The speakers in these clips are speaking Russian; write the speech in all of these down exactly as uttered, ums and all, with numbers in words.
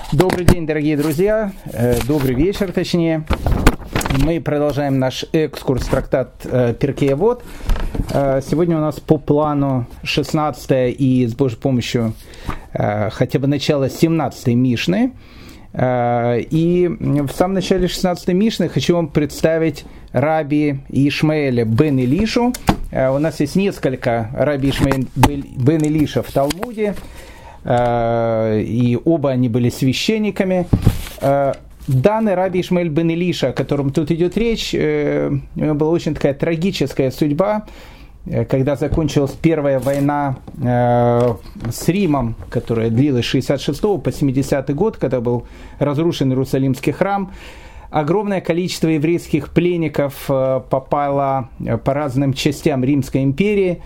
Добрый день, дорогие друзья, добрый вечер, точнее. Мы продолжаем наш экскурс в трактат Перкей Авот. Сегодня у нас по плану шестнадцатая и с Божьей помощью хотя бы начало семнадцатой Мишны. И в самом начале шестнадцатой Мишны хочу вам представить раби Ишмаэля бен Илишу. У нас есть несколько раби Ишмаэля бен Илиша в Талмуде. И оба они были священниками. Данный раби Ишмаэль бен Илиша, о котором тут идет речь, у него была очень такая трагическая судьба, когда закончилась первая война с Римом, которая длилась с шестьдесят шестого по семидесятый год, когда был разрушен Иерусалимский храм. Огромное количество еврейских пленников попало по разным частям Римской империи,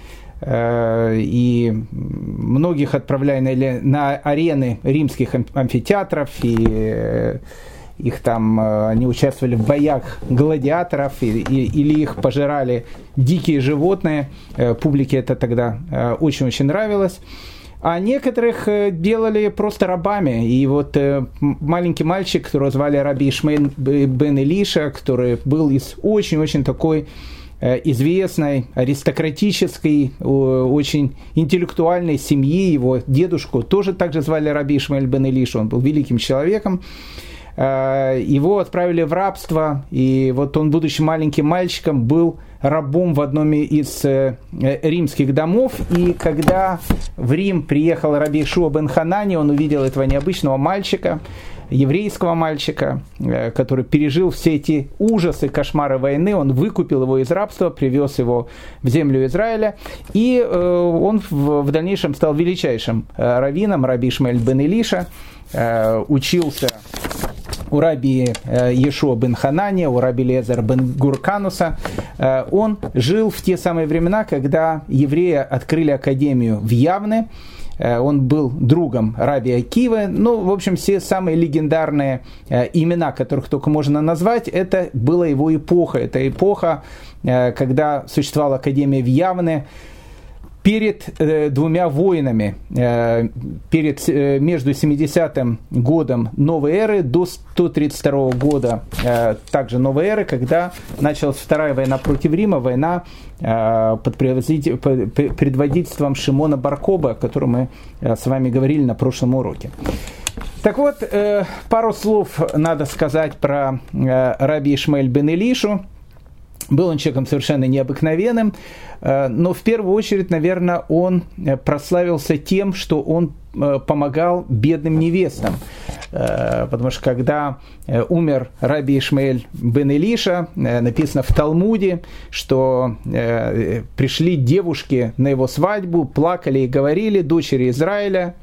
и многих отправляли на, на арены римских амфитеатров, и их там, они участвовали в боях гладиаторов, и, и, или их пожирали дикие животные. Публике это тогда очень-очень нравилось. А некоторых делали просто рабами. И вот маленький мальчик, которого звали раби Ишмаэль бен Илиша, который был из очень-очень такой известной, аристократической, очень интеллектуальной семьи. Его дедушку тоже также звали раби Ишмаэль бен Илиша, он был великим человеком. Его отправили в рабство, и вот он, будучи маленьким мальчиком, был рабом в одном из римских домов. И когда в Рим приехал раби Йешуа бен Ханани, он увидел этого необычного мальчика, еврейского мальчика, который пережил все эти ужасы, кошмары войны. Он выкупил его из рабства, привез его в землю Израиля, и он в дальнейшем стал величайшим раввином, раби Ишмаэль бен Илиша, учился у раби Йешуа бен Ханани, у раби Элиэзера бен Гуркануса. Он жил в те самые времена, когда евреи открыли академию в Явне. Он был другом раби Акивы. Ну, в общем, все самые легендарные имена, которых только можно назвать, это была его эпоха. Это эпоха, когда существовала академия в Явне. Перед э, двумя войнами, э, перед, э, между семидесятым годом новой эры до сто тридцать второго года э, также новой эры, когда началась вторая война против Рима, война э, под предводительством Шимона бар Кохба, о котором мы э, с вами говорили на прошлом уроке. Так вот, э, пару слов надо сказать про э, раби Ишмаэль бен Илишу. Был он человеком совершенно необыкновенным, но в первую очередь, наверное, он прославился тем, что он помогал бедным невестам. Потому что когда умер раби Ишмаэль бен Илиша, написано в Талмуде, что пришли девушки на его свадьбу, плакали и говорили: дочери Израиля,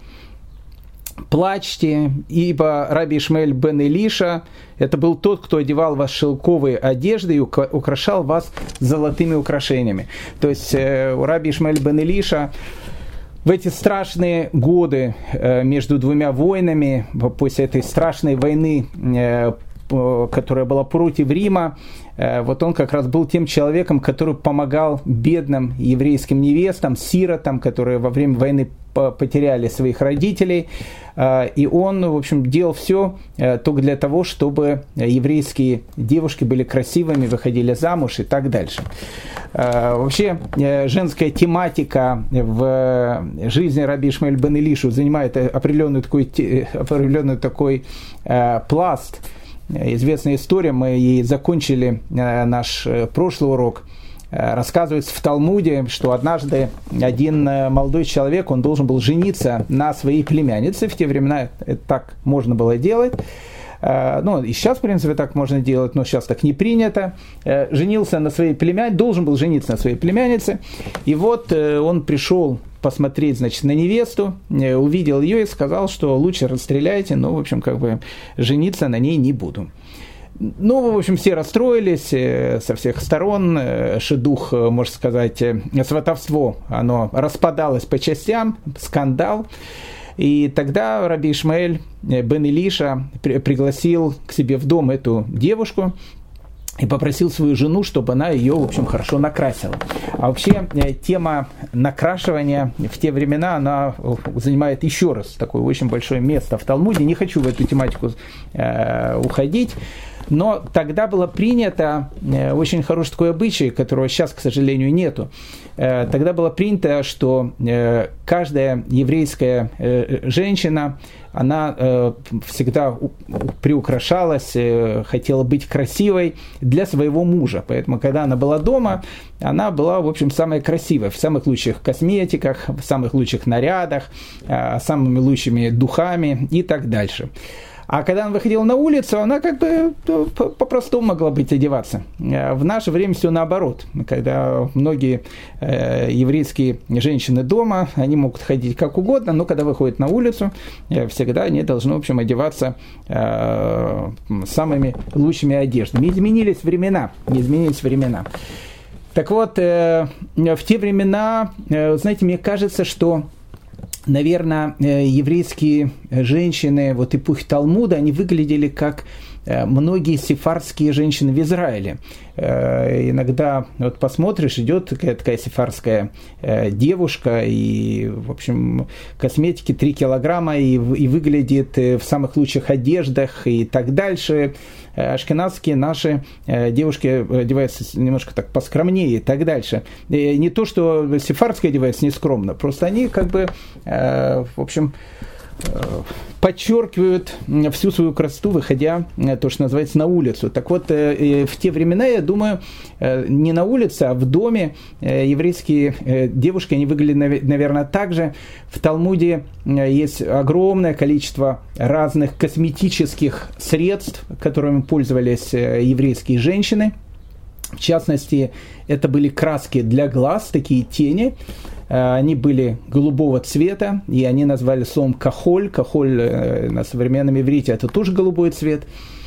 плачьте, ибо раби Ишмаэль бен Илиша это был тот, кто одевал вас шелковые одежды и украшал вас золотыми украшениями. То есть у раби Ишмаэль бен Илиша в эти страшные годы между двумя войнами, после этой страшной войны, которая была против Рима, вот он как раз был тем человеком, который помогал бедным еврейским невестам, сиротам, которые во время войны потеряли своих родителей. И он, в общем, делал все только для того, чтобы еврейские девушки были красивыми, выходили замуж и так дальше. Вообще, женская тематика в жизни раби Ишмаэль бен Илишу занимает определенный такой, определенный такой пласт. Известная история, мы ей закончили наш прошлый урок. Рассказывается в Талмуде, что однажды один молодой человек, он должен был жениться на своей племяннице. В те времена это так можно было делать. Ну, и сейчас, в принципе, так можно делать, но сейчас так не принято. Женился на своей племяннице, должен был жениться на своей племяннице. И вот он пришел посмотреть, значит, на невесту, увидел ее и сказал, что лучше расстреляйте, но, в общем, как бы жениться на ней не буду. Ну, в общем, все расстроились со всех сторон, шедух, можно сказать, сватовство, оно распадалось по частям, скандал. И тогда раби Ишмаэль бен Илиша пригласил к себе в дом эту девушку и попросил свою жену, чтобы она ее, в общем, хорошо накрасила. А вообще тема накрашивания в те времена, она занимает еще раз такое очень большое место в Талмуде. Не хочу в эту тематику э, уходить. Но тогда было принято, э, очень хороший такой обычай, которого сейчас, к сожалению, нету. Э, тогда было принято, что э, каждая еврейская э, женщина, она э, всегда приукрашалась, э, хотела быть красивой для своего мужа. Поэтому, когда она была дома, она была, в общем, самая красивая, в самых лучших косметиках, в самых лучших нарядах, э, самыми лучшими духами и так дальше. А когда она выходила на улицу, она как бы по-простому могла быть одеваться. В наше время все наоборот. Когда многие э, еврейские женщины дома, они могут ходить как угодно, но когда выходят на улицу, э, всегда они должны, в общем, одеваться э, самыми лучшими одеждами. Изменились времена, изменились времена. Так вот, э, в те времена, э, знаете, мне кажется, что наверное, еврейские женщины вот эпохи Талмуда, они выглядели как многие сефардские женщины в Израиле. Иногда вот посмотришь, идет такая, такая сефардская девушка, и, в общем, косметики три килограмма, и, и выглядит в самых лучших одеждах и так дальше. Ашкеназские наши девушки одеваются немножко так поскромнее и так дальше. И не то, что сефардские одеваются нескромно, просто они как бы, в общем, подчеркивают всю свою красоту, выходя, то, что называется, на улицу. Так вот, в те времена, я думаю, не на улице, а в доме еврейские девушки, они выглядели, наверное, так же. В Талмуде есть огромное количество разных косметических средств, которыми пользовались еврейские женщины. В частности, это были краски для глаз, такие тени. Они были голубого цвета, и они назвали словом кахоль. Кахоль на современном иврите – это тоже голубой цвет.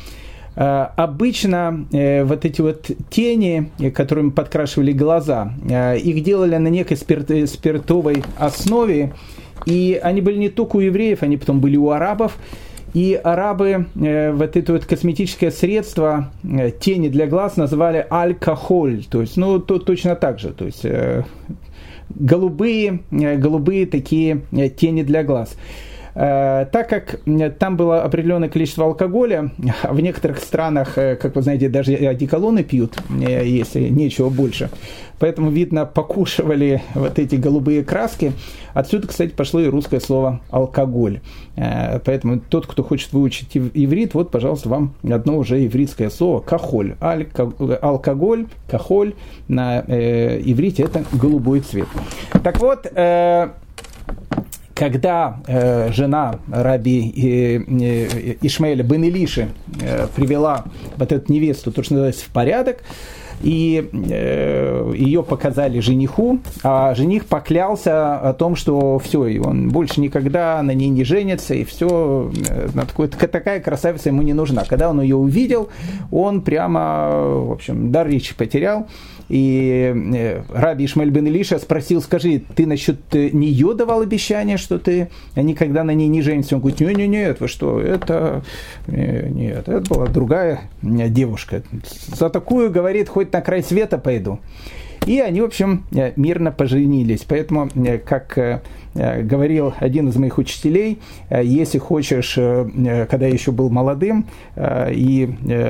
Обычно вот эти вот тени, которыми подкрашивали глаза, их делали на некой спиртовой основе, и они были не только у евреев, они потом были у арабов. И арабы э, вот это вот косметическое средство, э, тени для глаз, называли аль-кахоль, то есть, ну, то, точно так же, то есть, э, голубые, э, голубые такие э, тени для глаз. Э, так как там было определенное количество алкоголя, в некоторых странах, э, как вы знаете, даже одеколоны пьют, э, если нечего больше. Поэтому, видно, покушивали вот эти голубые краски. Отсюда, кстати, пошло и русское слово «алкоголь». Э, поэтому тот, кто хочет выучить иврит, вот, пожалуйста, вам одно уже ивритское слово «кахоль». Алкоголь, кахоль на э, иврите – это голубой цвет. Так вот, э, когда э, жена раби э, э, Ишмаэля бен Илиши э, привела вот эту невесту, то, что называется, в порядок, и э, ее показали жениху, а жених поклялся о том, что все, и он больше никогда на ней не женится, и все, э, такой, такая красавица ему не нужна. Когда он ее увидел, он прямо, в общем, дар речи потерял. И э, раби Ишмаэль бен Илиша спросил: скажи, ты насчет нее давал обещание, что ты никогда на ней не женишься? Он говорит: нет, нет, нет, вы что, это, нет, это была другая девушка. За такую, говорит, хоть на край света пойду. И они, в общем, мирно поженились. Поэтому, как говорил один из моих учителей, если хочешь, когда я еще был молодым, и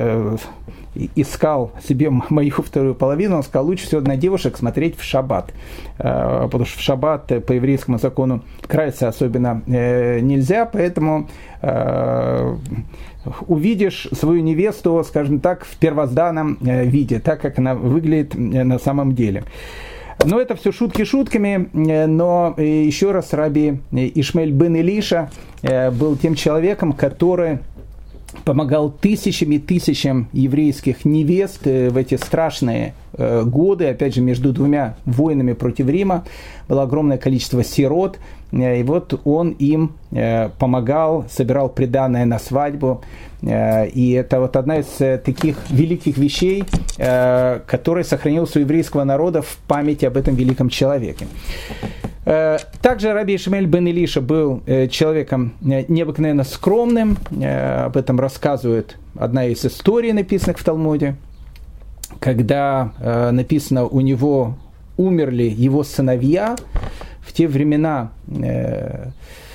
искал себе мою вторую половину, он сказал: лучше всего на девушек смотреть в шаббат, потому что в шаббат по еврейскому закону краситься особенно нельзя, поэтому увидишь свою невесту, скажем так, в первозданном виде, так как она выглядит на самом деле. Но это все шутки шутками, но еще раз, раби Ишмаэль бен Илиша был тем человеком, который помогал тысячам и тысячам еврейских невест в эти страшные годы, опять же, между двумя войнами против Рима. Было огромное количество сирот, и вот он им помогал, собирал приданое на свадьбу. И это вот одна из таких великих вещей, которая сохранилась у еврейского народа в памяти об этом великом человеке. Также раби Ишмаэль бен Илиша был человеком необыкновенно скромным. Об этом рассказывает одна из историй, написанных в Талмуде. когда э, написано, у него умерли его сыновья, в те времена, э,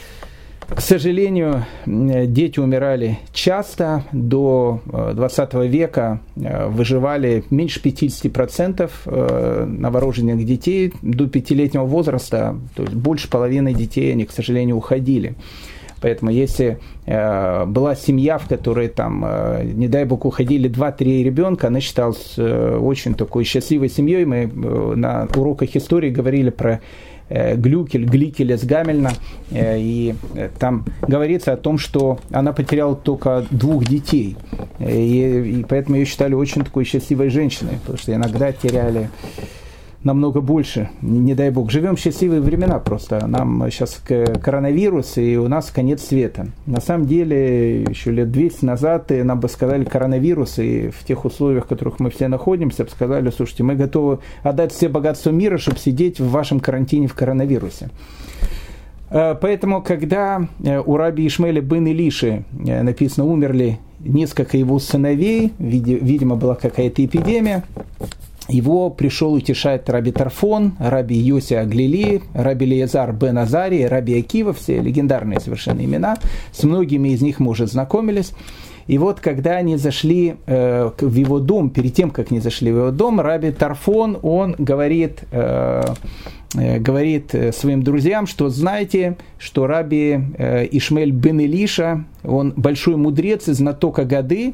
к сожалению, дети умирали часто. До двадцатого века выживали меньше пятьдесят процентов новорожденных детей до пятилетнего возраста, то есть больше половины детей, они, к сожалению, уходили. Поэтому если э, была семья, в которой, там, э, не дай бог, уходили два-три ребенка, она считалась э, очень такой счастливой семьей. Мы э, на уроках истории говорили про э, Глюкель, Гликелес Гамельна, э, и э, там говорится о том, что она потеряла только двух детей. И, и поэтому ее считали очень такой счастливой женщиной, потому что иногда теряли намного больше, не, не дай бог. Живем в счастливые времена просто. Нам сейчас коронавирус, и у нас конец света. На самом деле, еще лет двести назад нам бы сказали коронавирус, и в тех условиях, в которых мы все находимся, бы сказали, слушайте, мы готовы отдать все богатства мира, чтобы сидеть в вашем карантине в коронавирусе. Поэтому, когда у раби Ишмаэля бен Илиши написано, умерли несколько его сыновей, видимо, была какая-то эпидемия, его пришел утешать раби Тарфон, раби Йоси Аглили, раби Леазар бен Азарий, раби Акива, все легендарные совершенно имена. С многими из них мы уже знакомились. И вот, когда они зашли э, в его дом, перед тем, как они зашли в его дом, раби Тарфон, он говорит, э, э, говорит своим друзьям, что знаете, что раби э, Ишмаэль бен Илиша, он большой мудрец и знаток Агады.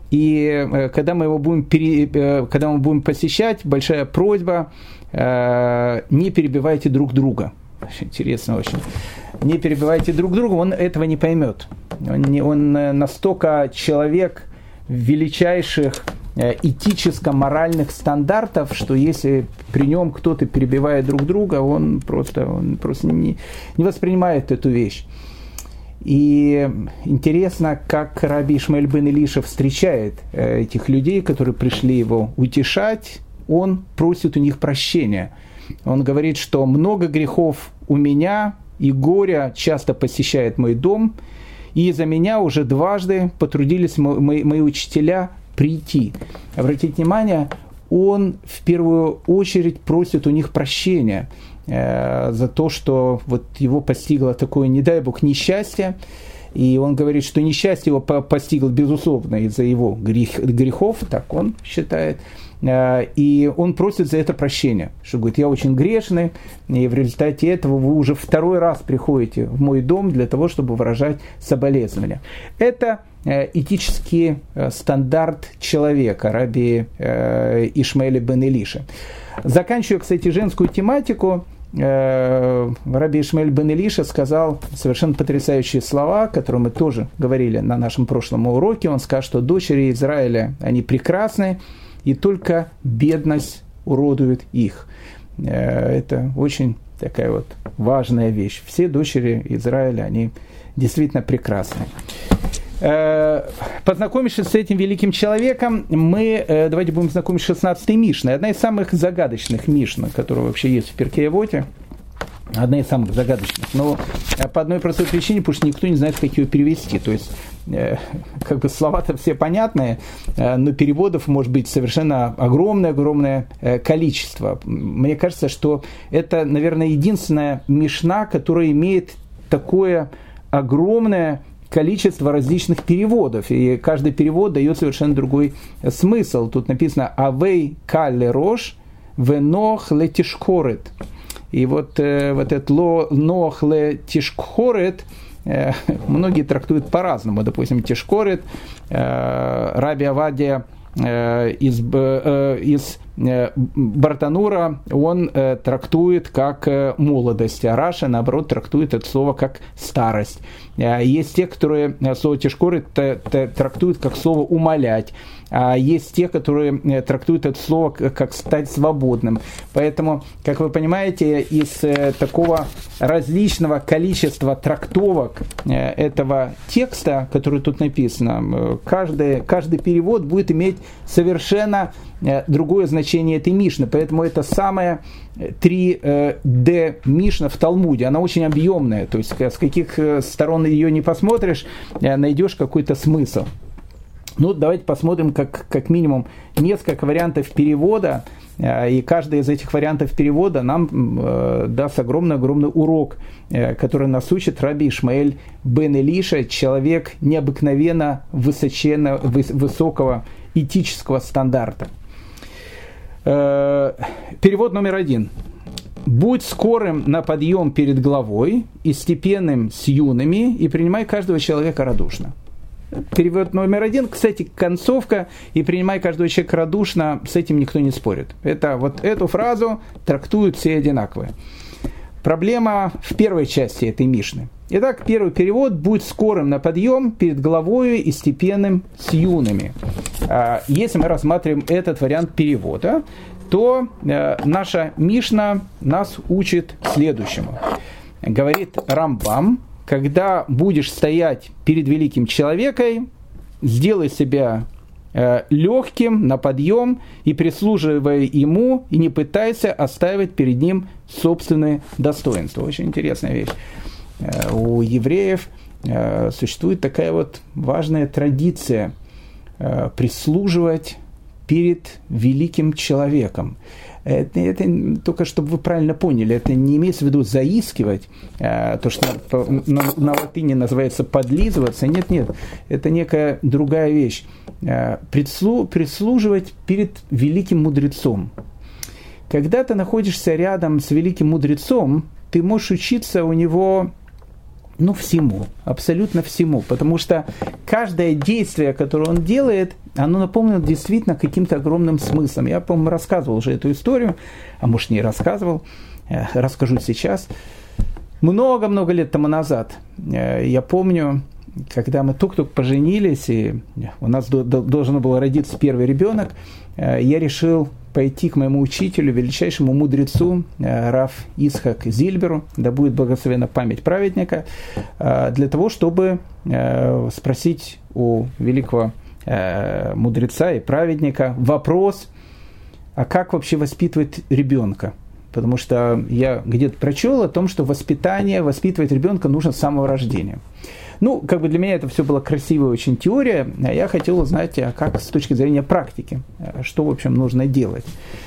И э, когда мы его будем, пере, э, когда мы будем посещать, большая просьба, э, не перебивайте друг друга. Очень интересно очень. Не перебивайте друг друга, он этого не поймет. Он, не, он настолько человек величайших э, этическо-моральных стандартов, что если при нем кто-то перебивает друг друга, он просто, он просто не, не воспринимает эту вещь. И интересно, как раби Ишмаэль бен Илиша встречает этих людей, которые пришли его утешать. Он просит у них прощения. Он говорит, что много грехов у меня, и горя часто посещает мой дом, и за меня уже дважды потрудились мои, мои учителя прийти. Обратите внимание, он в первую очередь просит у них прощения за то, что вот его постигло такое, не дай бог, несчастье. И он говорит, что несчастье его постигло, безусловно, из-за его грех, грехов, так он считает. И он просит за это прощения. Что говорит, я очень грешный, и в результате этого вы уже второй раз приходите в мой дом для того, чтобы выражать соболезнования. Это этический стандарт человека, раби Ишмаэля бен Илиши. Заканчивая, кстати, женскую тематику, раби Ишмаэль бен Илиша сказал совершенно потрясающие слова, которые мы тоже говорили на нашем прошлом уроке. Он сказал, что дочери Израиля, они прекрасны, и только бедность уродует их. Это очень такая вот важная вещь. Все дочери Израиля, они действительно прекрасны. Познакомившись с этим великим человеком, мы давайте будем знакомиться с шестнадцатой Мишной. Одна из самых загадочных Мишн, которая вообще есть в Перкей Авоте. Одна из самых загадочных. Но по одной простой причине, потому что никто не знает, как ее перевести. То есть, как бы слова-то все понятные, но переводов может быть совершенно огромное-огромное количество. Мне кажется, что это, наверное, единственная Мишна, которая имеет такое огромное количество различных переводов, и каждый перевод дает совершенно другой смысл. Тут написано «Авей калле рош, венох ле тишкорет». И вот, э, вот этот «нох ле тишкорет» э, многие трактуют по-разному. Допустим, тишкорет, э, раби Авадия э, из, э, из э, Бартанура, он э, трактует как э, молодость, а Раша, наоборот, трактует это слово как старость. Есть те, которые слово «тишкорет» трактуют как слово «умолять», а есть те, которые трактуют это слово как «стать свободным». Поэтому, как вы понимаете, из такого различного количества трактовок этого текста, который тут написан, каждый, каждый перевод будет иметь совершенно другое значение этой Мишны. Поэтому это самая три дэ Мишна в Талмуде. Она очень объемная, то есть с каких сторон ее не посмотришь, найдешь какой-то смысл. Ну, давайте посмотрим как, как минимум несколько вариантов перевода, и каждый из этих вариантов перевода нам э, даст огромный-огромный урок, э, который нас учит Раби Ишмаэль бен Элиша, человек необыкновенно высоченно, выс, высокого этического стандарта. Э, перевод номер один. «Будь скорым на подъем перед главой и степенным с юными, и принимай каждого человека радушно». Перевод номер один, кстати, концовка, и принимай каждого человека радушно, с этим никто не спорит. Это, вот эту фразу трактуют все одинаково. Проблема в первой части этой Мишны. Итак, первый перевод: «Будь скорым на подъем перед главою и степенным с юными». Если мы рассматриваем этот вариант перевода, то наша Мишна нас учит следующему. Говорит Рамбам: когда будешь стоять перед великим человеком, сделай себя э, легким на подъем и прислуживай ему, и не пытайся оставить перед ним собственные достоинства. Очень интересная вещь. Э, у евреев э, существует такая вот важная традиция э, прислуживать перед великим человеком. Это, это только чтобы вы правильно поняли, это не имеется в виду заискивать, то, что на, на, на латыни называется подлизываться. Нет, нет, это некая другая вещь. Прислу, прислуживать перед великим мудрецом. Когда ты находишься рядом с великим мудрецом, ты можешь учиться у него, ну, всему, абсолютно всему, потому что каждое действие, которое он делает, оно наполнено действительно каким-то огромным смыслом. Я, по-моему, рассказывал уже эту историю, а может, не рассказывал, расскажу сейчас. Много-много лет тому назад, я помню, когда мы только-только поженились, и у нас должен был родиться первый ребенок, я решил пойти к моему учителю, величайшему мудрецу, Рав Ицхак Зильберу, да будет благословена память праведника, для того, чтобы спросить у великого мудреца и праведника вопрос, а как вообще воспитывать ребенка? Потому что я где-то прочел о том, что воспитание, воспитывать ребенка нужно с самого рождения. Ну, как бы для меня это все была красивая очень теория, а я хотел узнать, а как с точки зрения практики, что, в общем, нужно делать.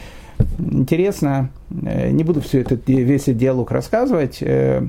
Интересно, не буду все это, весь этот диалог рассказывать. Я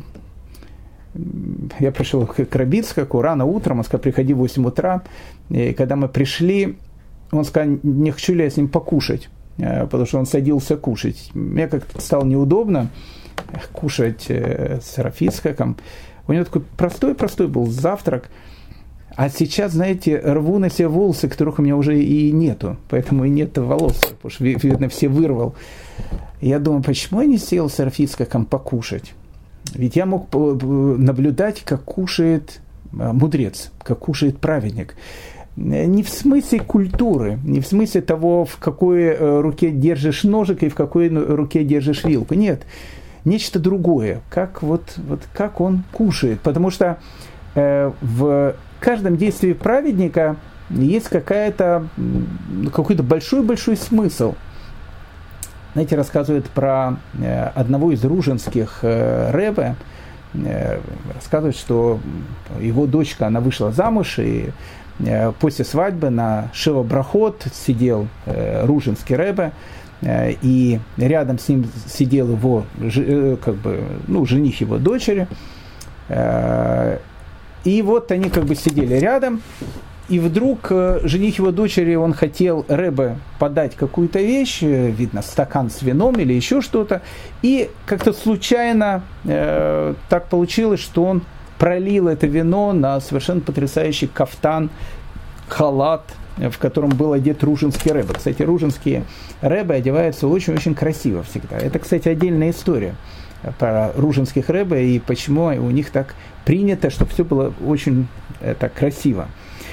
пришел к Раби Ицхаку рано утром, он сказал: приходи в восемь утра. И когда мы пришли, он сказал: не хочу ли я с ним покушать, потому что он садился кушать. Мне как-то стало неудобно кушать с Раби Ицхаком. У него такой простой-простой был завтрак. А сейчас, знаете, рву на себе волосы, которых у меня уже и нету. Поэтому и нет волос, потому что, видно, все вырвал. Я думаю, почему я не сел с Раби Ицхаком покушать? Ведь я мог наблюдать, как кушает мудрец, как кушает праведник. Не в смысле культуры, не в смысле того, в какой руке держишь ножик и в какой руке держишь вилку. Нет, нечто другое, как, вот, вот, как он кушает. Потому что э, в каждом действии праведника есть какая-то, какой-то большой-большой смысл. Знаете, рассказывают про э, одного из ружинских э, ребе, э, рассказывают, что его дочка, она вышла замуж, и э, после свадьбы на Шива Брахот сидел э, ружинский ребе, э, и рядом с ним сидел его, э, как бы, ну, жених его дочери, э, и вот они как бы сидели рядом. И вдруг э, жених его дочери, он хотел ребе подать какую-то вещь, э, видно, стакан с вином или еще что-то, и как-то случайно э, так получилось, что он пролил это вино на совершенно потрясающий кафтан, халат, в котором был одет ружинский ребе. Кстати, ружинские ребе одеваются очень-очень красиво всегда. Это, кстати, отдельная история про ружинских ребе и почему у них так принято, чтобы все было очень э, так красиво.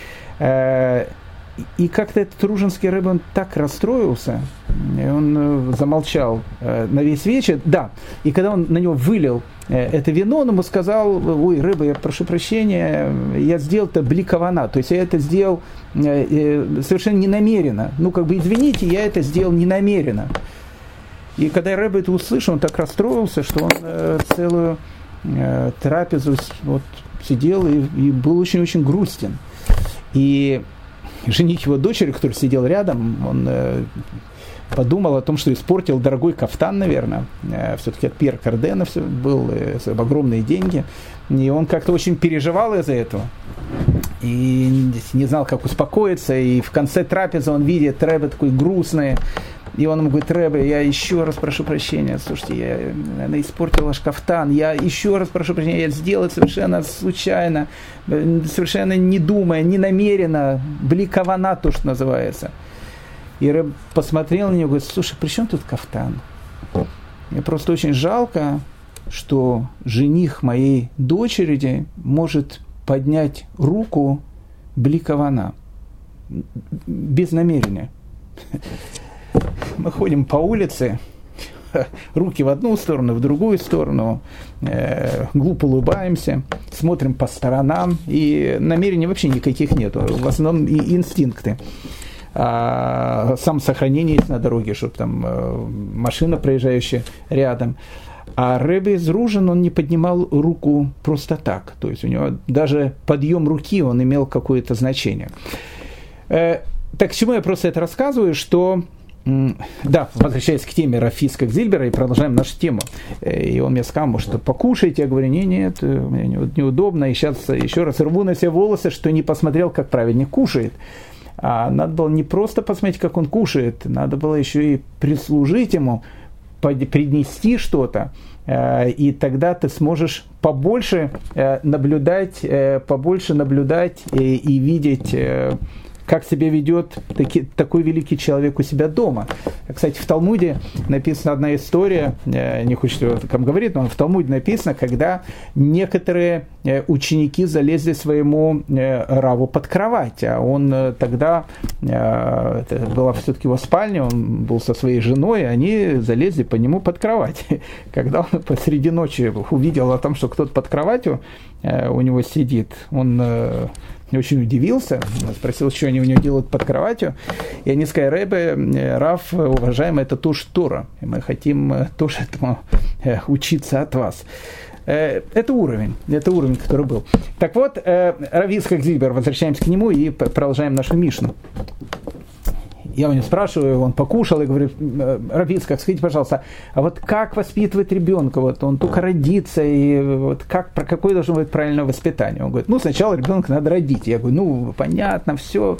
И как-то этот ружинский ребе, он так расстроился, он замолчал на весь вечер. Да, и когда он на него вылил это вино, он ему сказал: ой, рыба, я прошу прощения, я сделал это бликована, то есть я это сделал совершенно ненамеренно. Ну, как бы, извините, я это сделал ненамеренно. И когда рыба это услышал, он так расстроился, что он целую трапезу вот сидел и, и был очень-очень грустен. И жених его дочери, который сидел рядом, он э, подумал о том, что испортил дорогой кафтан, наверное. Э, все-таки от Пьер Кардена все был, э, огромные деньги. И он как-то очень переживал из-за этого. И не знал, как успокоиться. И в конце трапезы он видит Ребе такой грустный. И он ему говорит: Ребе, я еще раз прошу прощения. Слушайте, я, наверное, испортил ваш кафтан. Я еще раз прошу прощения. Я сделал это совершенно случайно, совершенно не думая, не намеренно. Бликована, то, что называется. И Ребе посмотрел на него и говорит: слушай, при чем тут кафтан? Мне просто очень жалко, что жених моей дочери может поднять руку бликована. Без намерения. Мы ходим по улице, руки в одну сторону, в другую сторону, э, глупо улыбаемся, смотрим по сторонам, и намерений вообще никаких нету. В основном и инстинкты. А самосохранение есть на дороге, чтобы там э, машина, проезжающая рядом. А Ребе из Ружин, он не поднимал руку просто так. То есть у него даже подъем руки, он имел какое-то значение. Э, так к чему я просто это рассказываю, что... Да, возвращаясь к теме Рав Ицхак Зильбера, и продолжаем нашу тему. И он мне сказал, что покушайте. Я говорю: нет, нет, мне неудобно. И сейчас еще раз рву на все волосы, что не посмотрел, как праведник кушает. А надо было не просто посмотреть, как он кушает, надо было еще и прислужить ему, принести что-то. И тогда ты сможешь побольше наблюдать, побольше наблюдать и, и видеть, как себя ведет таки, такой великий человек у себя дома. Кстати, в Талмуде написана одна история, не хочу там говорить, но в Талмуде написано, когда некоторые ученики залезли своему раву под кровать, а он тогда, это была все-таки его спальня, он был со своей женой, и они залезли по нему под кровать. Когда он посреди ночи увидел о том, что кто-то под кроватью у него сидит, он очень удивился, спросил, что они у него делают под кроватью. И они сказали: Ребе, Рав, уважаемый, это тоже Тора. И мы хотим тоже этому учиться от вас. Это уровень, это уровень, который был. Так вот, Рав Ицхак Зильбер, возвращаемся к нему и продолжаем нашу Мишну. Я у него спрашиваю, он покушал, и говорю: Рав Ицхак, скажите, пожалуйста, а вот как воспитывать ребенка? Вот он только родится, и вот как, про какое должно быть правильное воспитание? Он говорит: ну, сначала ребенка надо родить. Я говорю: ну, понятно, все.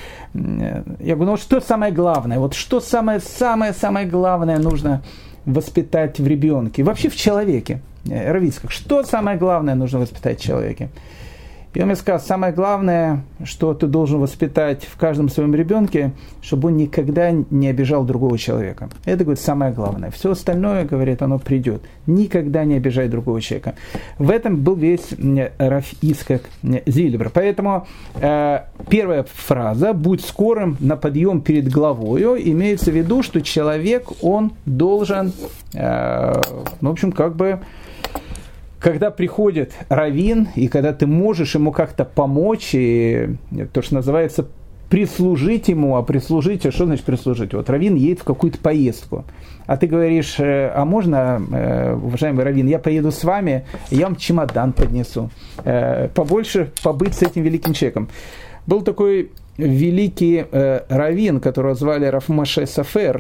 Я говорю: ну, вот что самое главное? Вот что самое-самое-самое главное нужно воспитать в ребенке? Вообще в человеке. Рав Ицхак, что самое главное нужно воспитать в человеке? И он мне сказал: самое главное, что ты должен воспитать в каждом своем ребенке, чтобы он никогда не обижал другого человека. Это, говорит, самое главное. Все остальное, говорит, оно придет. Никогда не обижай другого человека. В этом был весь Рав Ицхак Зильбер. Поэтому э, первая фраза «будь скорым на подъем перед главою» имеется в виду, что человек, он должен, э, в общем, как бы, когда приходит раввин, и когда ты можешь ему как-то помочь, и то, что называется, прислужить ему, а прислужить, а что значит прислужить? Вот раввин едет в какую-то поездку, а ты говоришь: а можно, уважаемый раввин, я поеду с вами, я вам чемодан поднесу, побольше побыть с этим великим человеком. Был такой великий раввин, которого звали Рав Моше Софер,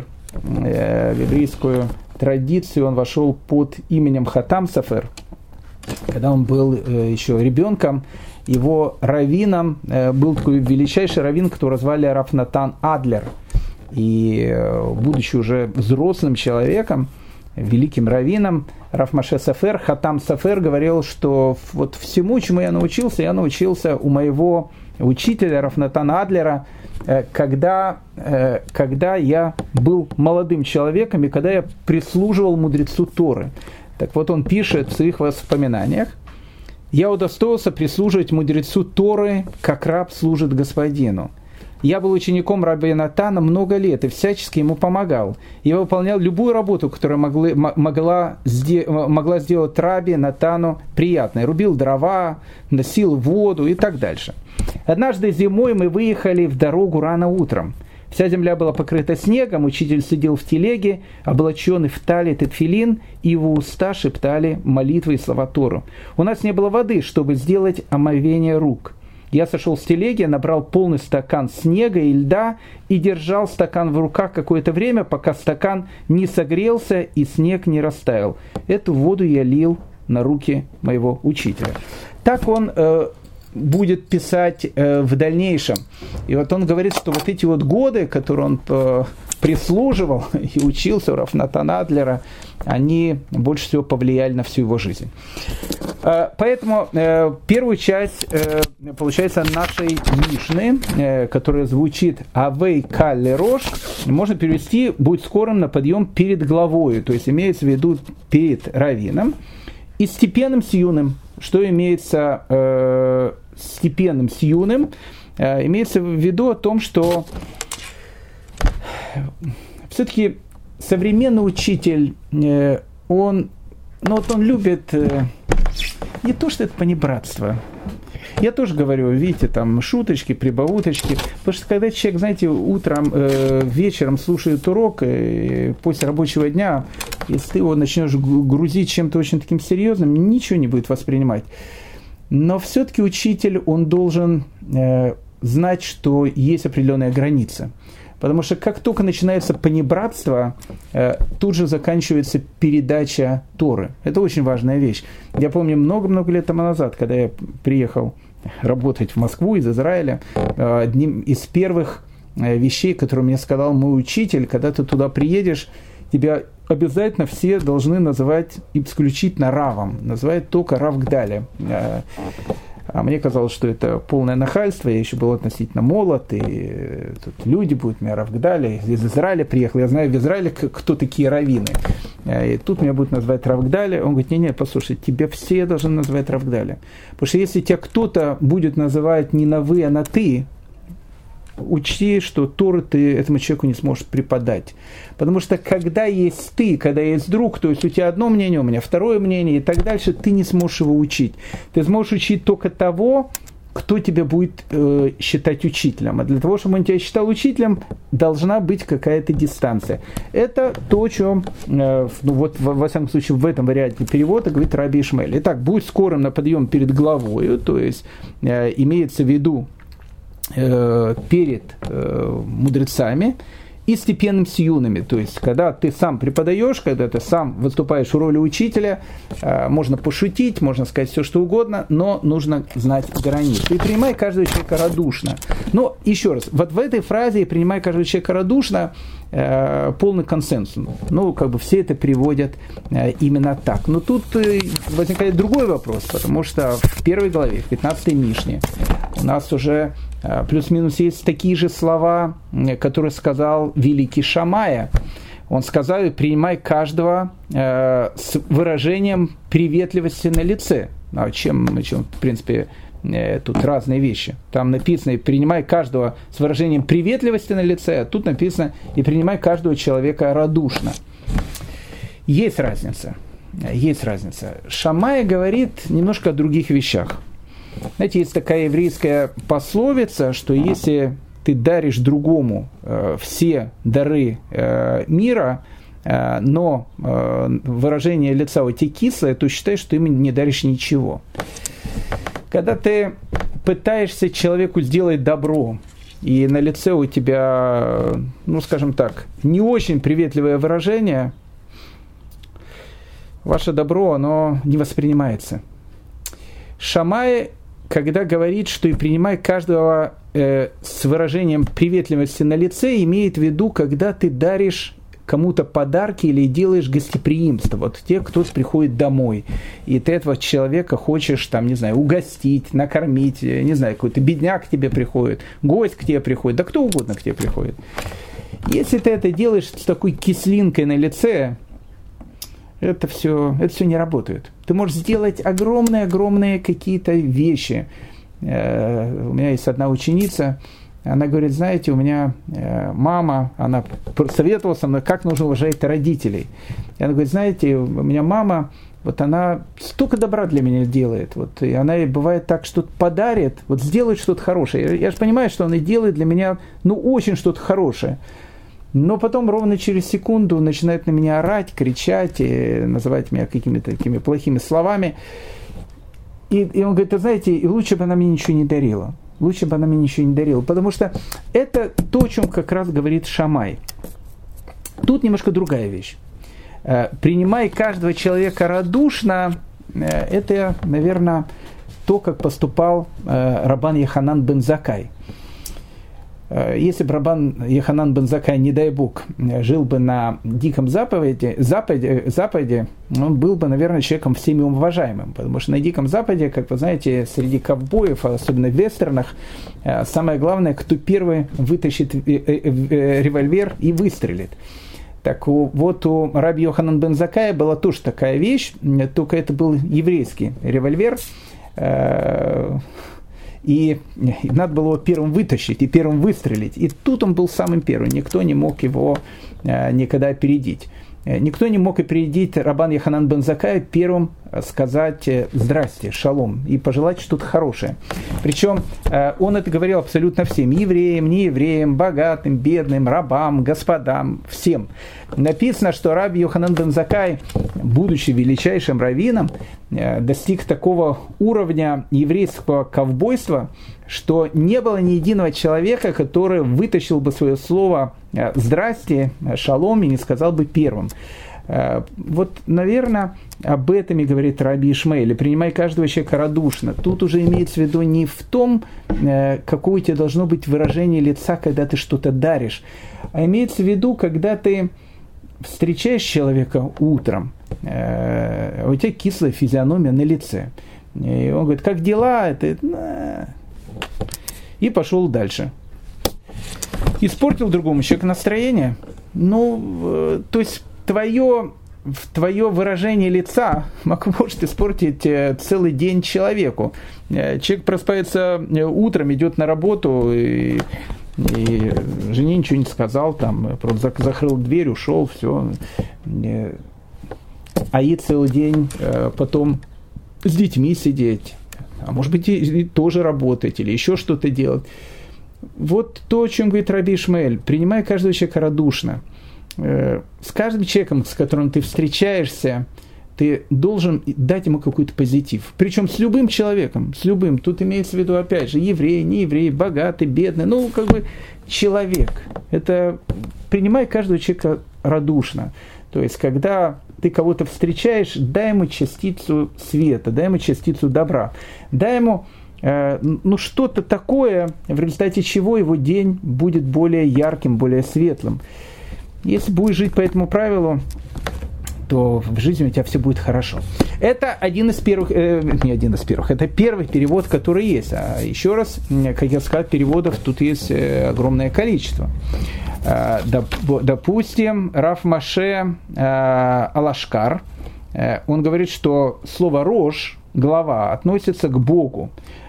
в еврейскую традицию он вошел под именем Хатам Софер. Когда он был э, еще ребенком, его раввином э, был такой величайший раввин, которого звали Рав Натан Адлер. И э, будучи уже взрослым человеком, великим раввином, Рав Моше Софер, Хатам Софер, говорил, что вот всему, чему я научился, я научился у моего учителя Рав Натана Адлера, э, когда, э, когда я был молодым человеком и когда я прислуживал мудрецу Торы. Так вот, он пишет в своих воспоминаниях: «Я удостоился прислуживать мудрецу Торы, как раб служит господину. Я был учеником раби Натана много лет и всячески ему помогал. Я выполнял любую работу, которая могла, могла, могла сделать раби Натану приятной. Рубил дрова, носил воду и так дальше. Однажды зимой мы выехали в дорогу рано утром. Вся земля была покрыта снегом, учитель сидел в телеге, облаченный в талит и тфилин, и его уста шептали молитвы и слова Тору. У нас не было воды, чтобы сделать омовение рук. Я сошел с телеги, набрал полный стакан снега и льда и держал стакан в руках какое-то время, пока стакан не согрелся и снег не растаял. Эту воду я лил на руки моего учителя. Так он э, будет писать э, в дальнейшем. И вот он говорит, что вот эти вот годы, которые он э, прислуживал и учился у Рав Натана Адлера, они больше всего повлияли на всю его жизнь. Э, поэтому э, первую часть, э, получается, нашей Мишны, э, которая звучит «Авей калле рош», можно перевести «будь скорым на подъем перед главою», то есть имеется в виду перед раввином, и степенным с юным. Что имеется э, степенным с юным? Э, имеется в виду о том, что все-таки современный учитель, э, он, ну вот он любит э, не то, что это понебратство. Я тоже говорю, видите, там шуточки, прибауточки. Потому что когда человек, знаете, утром, э, вечером слушает урок, э, после рабочего дня, если ты его начнешь грузить чем-то очень таким серьезным, ничего не будет воспринимать. Но все-таки учитель, он должен э, знать, что есть определенная граница. Потому что как только начинается понебратство, э, тут же заканчивается передача Торы. Это очень важная вещь. Я помню много-много лет тому назад, когда я приехал работать в Москву из Израиля, э, одним из первых э, вещей, которые мне сказал мой учитель, когда ты туда приедешь, тебя обязательно все должны называть исключительно Равом, называют только Рав Гдаля. Э, А мне казалось, что это полное нахальство, я еще был относительно молод, и тут люди будут, меня Рав Гдаля, из Израиля приехал, я знаю в Израиле, кто такие раввины. И тут меня будут называть Рав Гдаля, он говорит, не-не, послушай, тебя все должны называть Рав Гдаля. Потому что если тебя кто-то будет называть не на вы, а на ты, учти, что Тору ты этому человеку не сможешь преподать. Потому что когда есть ты, когда есть друг, то есть у тебя одно мнение, у меня второе мнение и так дальше, ты не сможешь его учить. Ты сможешь учить только того, кто тебя будет э, считать учителем. А для того, чтобы он тебя считал учителем, должна быть какая-то дистанция. Это то, о чем, э, ну вот, во, во всяком случае, в этом варианте перевода говорит Раби Ишмаэль. Итак, будь скорым на подъем перед главою, то есть э, имеется в виду перед э, мудрецами и степенным с юными. То есть, когда ты сам преподаешь, когда ты сам выступаешь в роли учителя, э, можно пошутить, можно сказать все, что угодно, но нужно знать границы. И принимай каждого человека радушно. Но, еще раз, вот в этой фразе «принимай каждого человека радушно» э, полный консенсус. Ну, как бы все это приводят э, именно так. Но тут э, возникает другой вопрос, потому что в первой главе, в пятнадцатой Мишне, у нас уже плюс-минус есть такие же слова, которые сказал великий Шамая. Он сказал, принимай каждого э, с выражением приветливости на лице. А чем, чем, в принципе, э, тут разные вещи. Там написано, принимай каждого с выражением приветливости на лице, а тут написано, и принимай каждого человека радушно. Есть разница. Есть разница. Шамая говорит немножко о других вещах. Знаете, есть такая еврейская пословица, что если ты даришь другому э, все дары э, мира, э, но э, выражение лица у тебя кислое, то считай, что ты ему не даришь ничего. Когда ты пытаешься человеку сделать добро, и на лице у тебя, ну, скажем так, не очень приветливое выражение, ваше добро, оно не воспринимается. Шамай, когда говорит, что и принимай каждого э, с выражением приветливости на лице, имеет в виду, когда ты даришь кому-то подарки или делаешь гостеприимство. Вот те, кто приходит домой, и ты этого человека хочешь, там, не знаю, угостить, накормить, не знаю, какой-то бедняк к тебе приходит, гость к тебе приходит, да кто угодно к тебе приходит. Если ты это делаешь с такой кислинкой на лице, это все, это все не работает. Ты можешь сделать огромные-огромные какие-то вещи. Э, у меня есть одна ученица, она говорит, знаете, у меня э, мама, она советовала со мной, как нужно уважать родителей. И она говорит, знаете, у меня мама, вот она столько добра для меня делает. Вот, и она бывает так, что-то подарит, вот сделает что-то хорошее. Я, я же понимаю, что она делает для меня, ну, очень что-то хорошее. Но потом ровно через секунду начинает на меня орать, кричать, и называть меня какими-то такими плохими словами. и, и он говорит, знаете, и лучше бы она мне ничего не дарила. Лучше бы она мне ничего не дарила. Потому что это то, о чем как раз говорит Шамай. Тут немножко другая вещь. Принимай каждого человека радушно, это, наверное, то, как поступал Рабан Йоханан бен Заккай. Если бы Рабан Йоханан бен Заккай, не дай бог, жил бы на Диком Западе, Западе, Западе, он был бы, наверное, человеком всеми уважаемым, потому что на Диком Западе, как вы знаете, среди ковбоев, особенно в вестернах, самое главное, кто первый вытащит револьвер и выстрелит. Так вот у Раби Йоханан бен Заккая была тоже такая вещь, только это был еврейский револьвер, и надо было его первым вытащить и первым выстрелить. И тут он был самым первым, никто не мог его никогда опередить. Никто не мог опередить Рабан Йоханан бен Заккая первым сказать «здрасте, шалом» и пожелать что-то хорошее. Причем он это говорил абсолютно всем, евреям, неевреям, богатым, бедным, рабам, господам, всем. Написано, что Раби Йоханан бен Заккай, будучи величайшим раввином, достиг такого уровня еврейского ковбойства, что не было ни единого человека, который вытащил бы свое слово «здрасте», «шалом» и не сказал бы первым. Вот, наверное, об этом и говорит Раби Ишмаэль. Принимай каждого человека радушно. Тут уже имеется в виду не в том, какое у тебя должно быть выражение лица, когда ты что-то даришь, а имеется в виду, когда ты встречаешь человека утром, а у тебя кислая физиономия на лице. И он говорит, как дела? Это... И пошел дальше. Испортил другому человеку настроение. Ну, то есть твое, твое выражение лица может испортить целый день человеку. Человек просыпается утром, идет на работу, и, и жене ничего не сказал, там, просто закрыл дверь, ушел, все. А ей целый день потом с детьми сидеть, а может быть и, и тоже работать, или еще что-то делать. Вот то, о чем говорит Раби Ишмаэль. Принимай каждого человека радушно. С каждым человеком, с которым ты встречаешься, ты должен дать ему какой-то позитив. Причем с любым человеком, с любым. Тут имеется в виду, опять же, еврей, не еврей, богатый, бедный. Ну, как бы человек. Это принимай каждого человека радушно. То есть, когда ты кого-то встречаешь, дай ему частицу света, дай ему частицу добра. Дай ему э, ну, что-то такое, в результате чего его день будет более ярким, более светлым. Если будешь жить по этому правилу, то в жизни у тебя все будет хорошо. Это один из первых, э, не один из первых, это первый перевод, который есть. А еще раз, как я сказал, переводов тут есть огромное количество. Э, доп, допустим, Рав Маше э, Алашкар, э, он говорит, что слово «рож», голова, относится к Богу.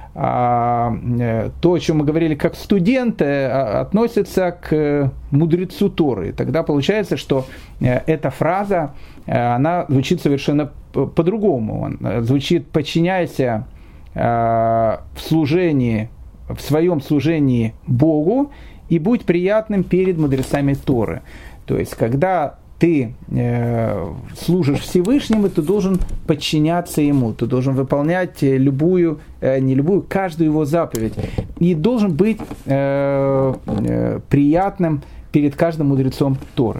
А то, о чем мы говорили как студенты, относится к мудрецу Торы. Тогда получается, что эта фраза, она звучит совершенно по-другому. Она звучит «подчиняйся в служении, в своем служении Богу и будь приятным перед мудрецами Торы». То есть, когда ты э, служишь Всевышнему, ты должен подчиняться Ему, ты должен выполнять любую, э, не любую, каждую Его заповедь. И должен быть э, э, приятным перед каждым мудрецом Торы.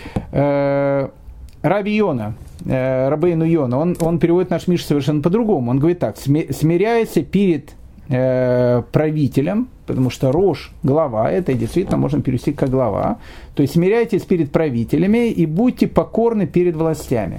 Э, Раби Йона, э, Рабейну Йона, он, он переводит наш Мишу совершенно по-другому. Он говорит так: смиряйся перед э, правителем, потому что рож, глава, это действительно можно перевести как глава. То есть смиряйтесь перед правителями и будьте покорны перед властями.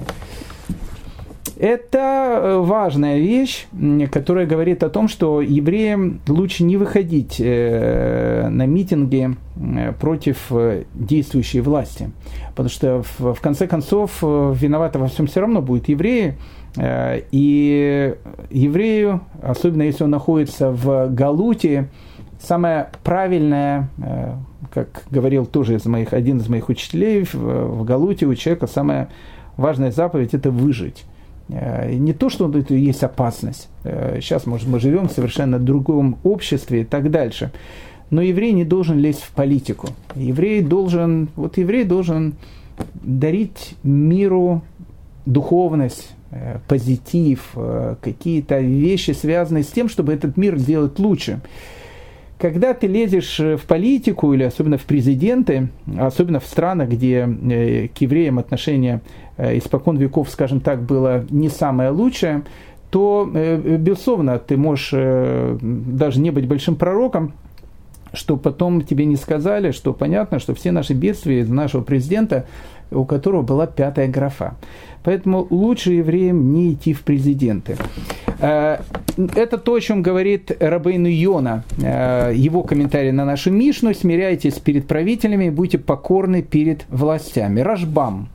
Это важная вещь, которая говорит о том, что евреям лучше не выходить на митинги против действующей власти. Потому что в конце концов виноваты во всем все равно будут евреи. И еврею, особенно если он находится в галуте, самое правильное, как говорил тоже из моих, один из моих учителей, в галуте у человека самая важная заповедь – это выжить. Не то, что это есть опасность. Сейчас, может, мы живем в совершенно другом обществе и так дальше. Но еврей не должен лезть в политику. Еврей должен, вот еврей должен дарить миру духовность, позитив, какие-то вещи, связанные с тем, чтобы этот мир сделать лучше. Когда ты лезешь в политику, или особенно в президенты, особенно в странах, где к евреям отношение испокон веков, скажем так, было не самое лучшее, то, безусловно, ты можешь даже не быть большим пророком, что потом тебе не сказали, что понятно, что все наши бедствия из нашего президента, у которого была пятая графа. Поэтому лучше евреям не идти в президенты. Это то, о чем говорит Рабейну Йона, его комментарий на нашу Мишну: «Смиряйтесь перед правителями и будьте покорны перед властями». Рашбам,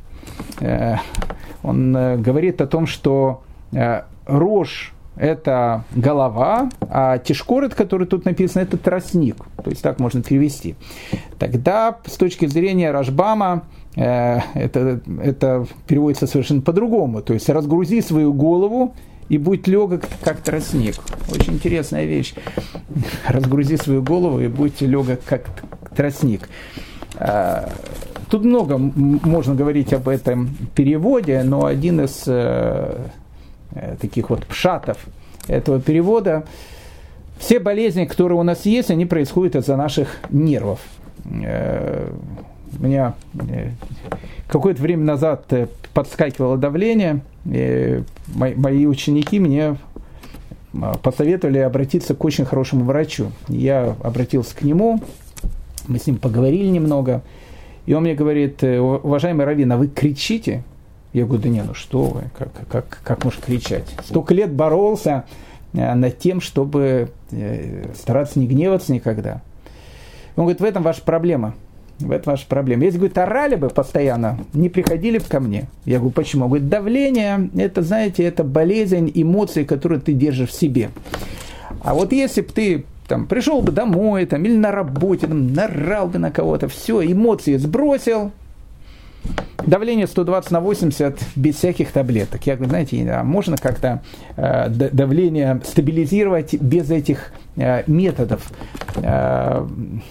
он говорит о том, что рожь – это голова, а тишкорет, который тут написан, это тростник. То есть так можно перевести. Тогда, с точки зрения Рашбама, э, это, это переводится совершенно по-другому. То есть разгрузи свою голову и будь легок, как тростник. Очень интересная вещь. Разгрузи свою голову и будь легок, как тростник. Э, тут много можно говорить об этом переводе, но один из... Э, таких вот пшатов этого перевода: все болезни, которые у нас есть, они происходят из-за наших нервов. У меня какое-то время назад подскакивало давление, и мои ученики мне посоветовали обратиться к очень хорошему врачу. Я обратился к нему, мы с ним поговорили немного, и он мне говорит: уважаемый раввин, а вы кричите? Я говорю: да не, ну что вы, как, как, как можно кричать? Столько лет боролся над тем, чтобы стараться не гневаться никогда. Он говорит: в этом ваша проблема. В этом ваша проблема. Если, говорит, орали бы постоянно, не приходили бы ко мне. Я говорю: почему? Он говорит: давление, это, знаете, это болезнь, эмоции, которые ты держишь в себе. А вот если бы ты там пришел бы домой, там, или на работе, там, нарал бы на кого-то, все, эмоции сбросил, давление сто двадцать на восемьдесят без всяких таблеток. Я говорю: знаете, а можно как-то э, давление стабилизировать без этих э, методов? Э,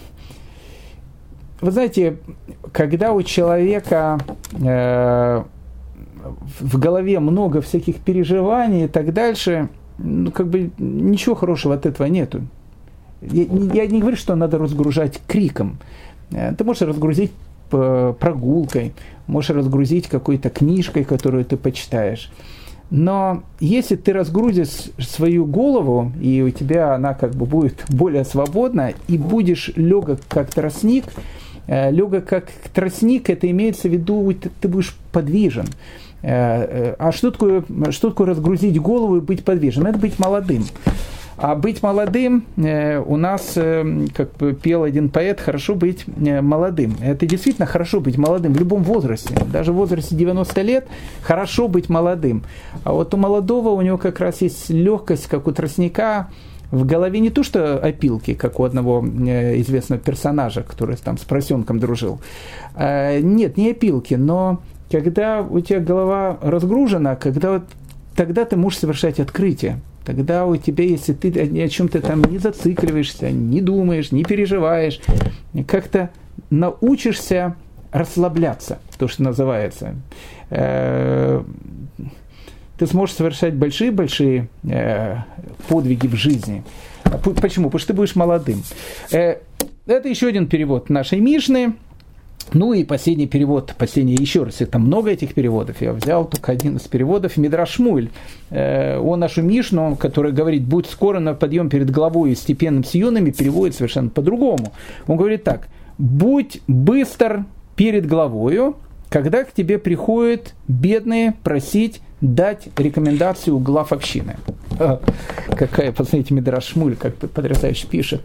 вы знаете, когда у человека э, в голове много всяких переживаний и так дальше, ну, как бы ничего хорошего от этого нету. Я, я не говорю, что надо разгружать криком. Ты можешь разгрузить прогулкой, можешь разгрузить какой-то книжкой, которую ты почитаешь. Но если ты разгрузишь свою голову, и у тебя она как бы будет более свободна, и будешь легок как тростник, легок как тростник, это имеется в виду, ты будешь подвижен. А что такое, что такое разгрузить голову и быть подвижным? Это быть молодым. А быть молодым, э, у нас, э, как пел один поэт, хорошо быть э, молодым. Это действительно хорошо быть молодым в любом возрасте. Даже в возрасте девяноста лет хорошо быть молодым. А вот у молодого у него как раз есть легкость, как у тростника, в голове не то что опилки, как у одного э, известного персонажа, который там с поросенком дружил. Э, нет, не опилки, но когда у тебя голова разгружена, когда, тогда ты можешь совершать открытие. Тогда у тебя, если ты о чем-то там не зацикливаешься, не думаешь, не переживаешь, как-то научишься расслабляться, то, что называется, ты сможешь совершать большие-большие подвиги в жизни. Почему? Потому что ты будешь молодым. Это еще один перевод нашей Мишны. Ну и последний перевод, последний еще раз, там много этих переводов, я взял только один из переводов, Мидраш Шмуэль. Он нашу Мишну, которая говорит: будь скоро на подъем перед главой и степенным с юными, переводит совершенно по-другому. Он говорит так: будь быстр перед главою, когда к тебе приходят бедные просить дать рекомендацию глав общины. Какая, посмотрите, Мидраш Шмуэль, как потрясающе пишет.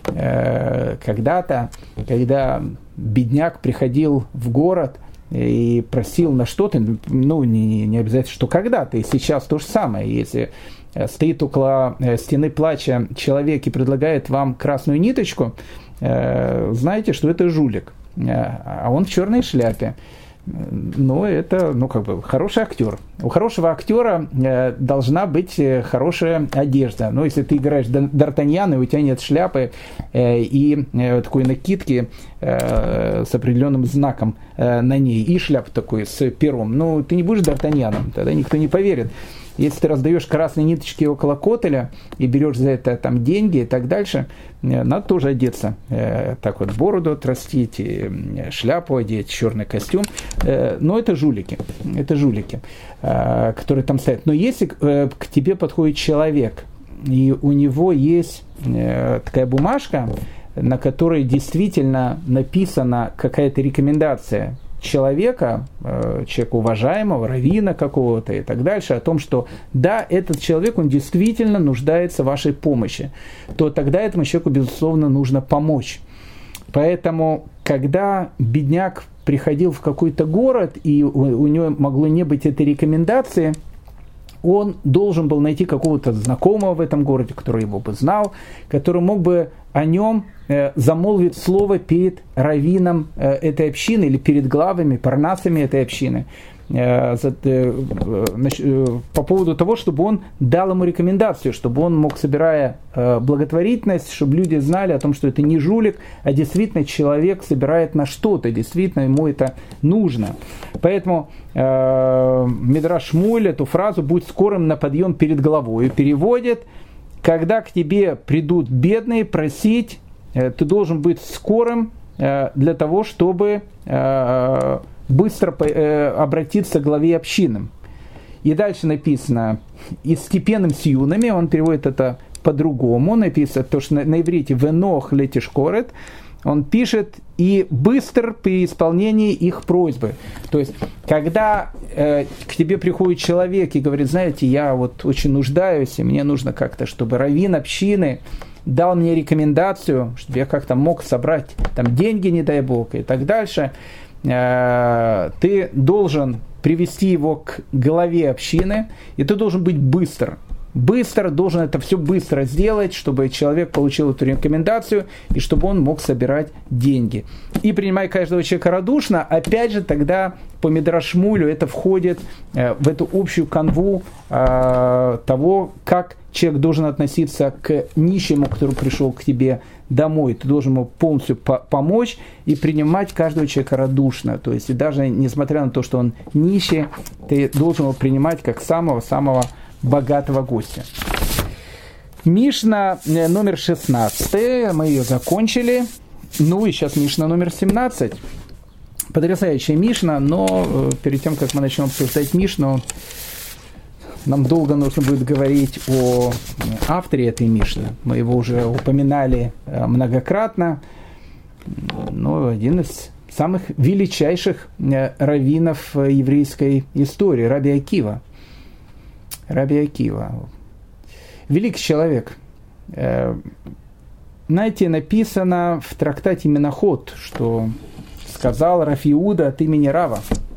Когда-то, когда бедняк приходил в город и просил на что-то, ну, не, не обязательно, что когда-то, и сейчас то же самое. Если стоит около стены плача человек и предлагает вам красную ниточку, знаете, что это жулик, а он в черной шляпе. ну, это, ну, как бы, хороший актер. У хорошего актера э, должна быть хорошая одежда. Ну, если ты играешь Д'Артаньяна, и у тебя нет шляпы э, и э, такой накидки э, с определенным знаком э, на ней, и шляпу такой с пером, ну, ты не будешь Д'Артаньяном, тогда никто не поверит. Если ты раздаешь красные ниточки около котеля и берешь за это там деньги и так дальше, надо тоже одеться. Э, так вот, бороду отрастить, и шляпу одеть, черный костюм. Э, но это жулики. Это жулики, э, которые там стоят. Но если э, к тебе подходит человек, и у него есть э, такая бумажка, на которой действительно написана какая-то рекомендация человека, человека уважаемого, раввина какого-то и так дальше, о том, что да, этот человек, он действительно нуждается в вашей помощи, то тогда этому человеку, безусловно, нужно помочь. Поэтому, когда бедняк приходил в какой-то город, и у, у него могло не быть этой рекомендации, он должен был найти какого-то знакомого в этом городе, который его бы знал, который мог бы о нем э, замолвить слово перед раввином э, этой общины или перед главами, парнасами этой общины э, за, э, э, по поводу того, чтобы он дал ему рекомендацию, чтобы он мог, собирая э, благотворительность, чтобы люди знали о том, что это не жулик, а действительно человек собирает на что-то, действительно ему это нужно. Поэтому э, Мидраш Шмуэль эту фразу «будь скорым на подъем перед главой» переводит: когда к тебе придут бедные просить, ты должен быть скорым для того, чтобы быстро обратиться к главе общины. И дальше написано: и степенным с юнами, он переводит это по-другому, написано, то, что на, на иврите «венох летишкорет», он пишет «и быстр при исполнении их просьбы». То есть, когда э, к тебе приходит человек и говорит: знаете, я вот очень нуждаюсь, и мне нужно как-то, чтобы раввин общины дал мне рекомендацию, чтобы я как-то мог собрать там деньги, не дай бог, и так дальше, э, ты должен привести его к главе общины, и ты должен быть быстр. Быстро, должен это все быстро сделать, чтобы человек получил эту рекомендацию и чтобы он мог собирать деньги. И принимая каждого человека радушно, опять же, тогда по Мидраш Шмуэлю это входит э, в эту общую канву э, того, как человек должен относиться к нищему, который пришел к тебе домой. Ты должен ему полностью по- помочь и принимать каждого человека радушно. То есть, и даже несмотря на то, что он нищий, ты должен его принимать как самого-самого богатого гостя. Мишна номер шестнадцать, мы ее закончили. Ну и сейчас Мишна номер семнадцать. Потрясающая Мишна, но перед тем, как мы начнем обсуждать Мишну, нам долго нужно будет говорить о авторе этой Мишны. Мы его уже упоминали многократно. Но один из самых величайших раввинов еврейской истории, Раби Акива. Раби Акива. Великий человек. Знаете, написано в трактате Менахот, что сказал Рав Иуда от имени Рава: